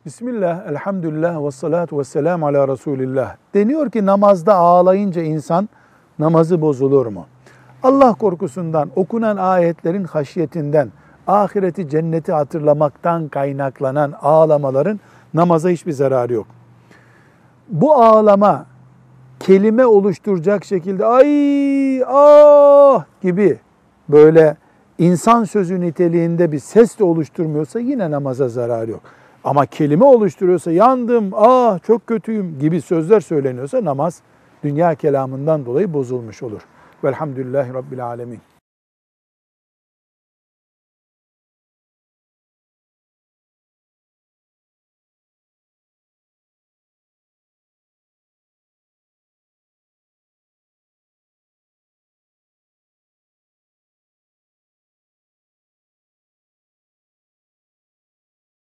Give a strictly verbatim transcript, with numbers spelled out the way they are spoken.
Bismillah, elhamdülillah ve salatu ve selamu ala Resulillah. Deniyor ki namazda ağlayınca insan namazı bozulur mu? Allah korkusundan, okunan ayetlerin haşyetinden, ahireti, cenneti hatırlamaktan kaynaklanan ağlamaların namaza hiçbir zararı yok. Bu ağlama kelime oluşturacak şekilde ay ah gibi böyle insan sözü niteliğinde bir ses de oluşturmuyorsa yine namaza zararı yok. Ama kelime oluşturuyorsa yandım, ah çok kötüyüm gibi sözler söyleniyorsa namaz dünya kelamından dolayı bozulmuş olur. Velhamdülillahi Rabbil Alemin.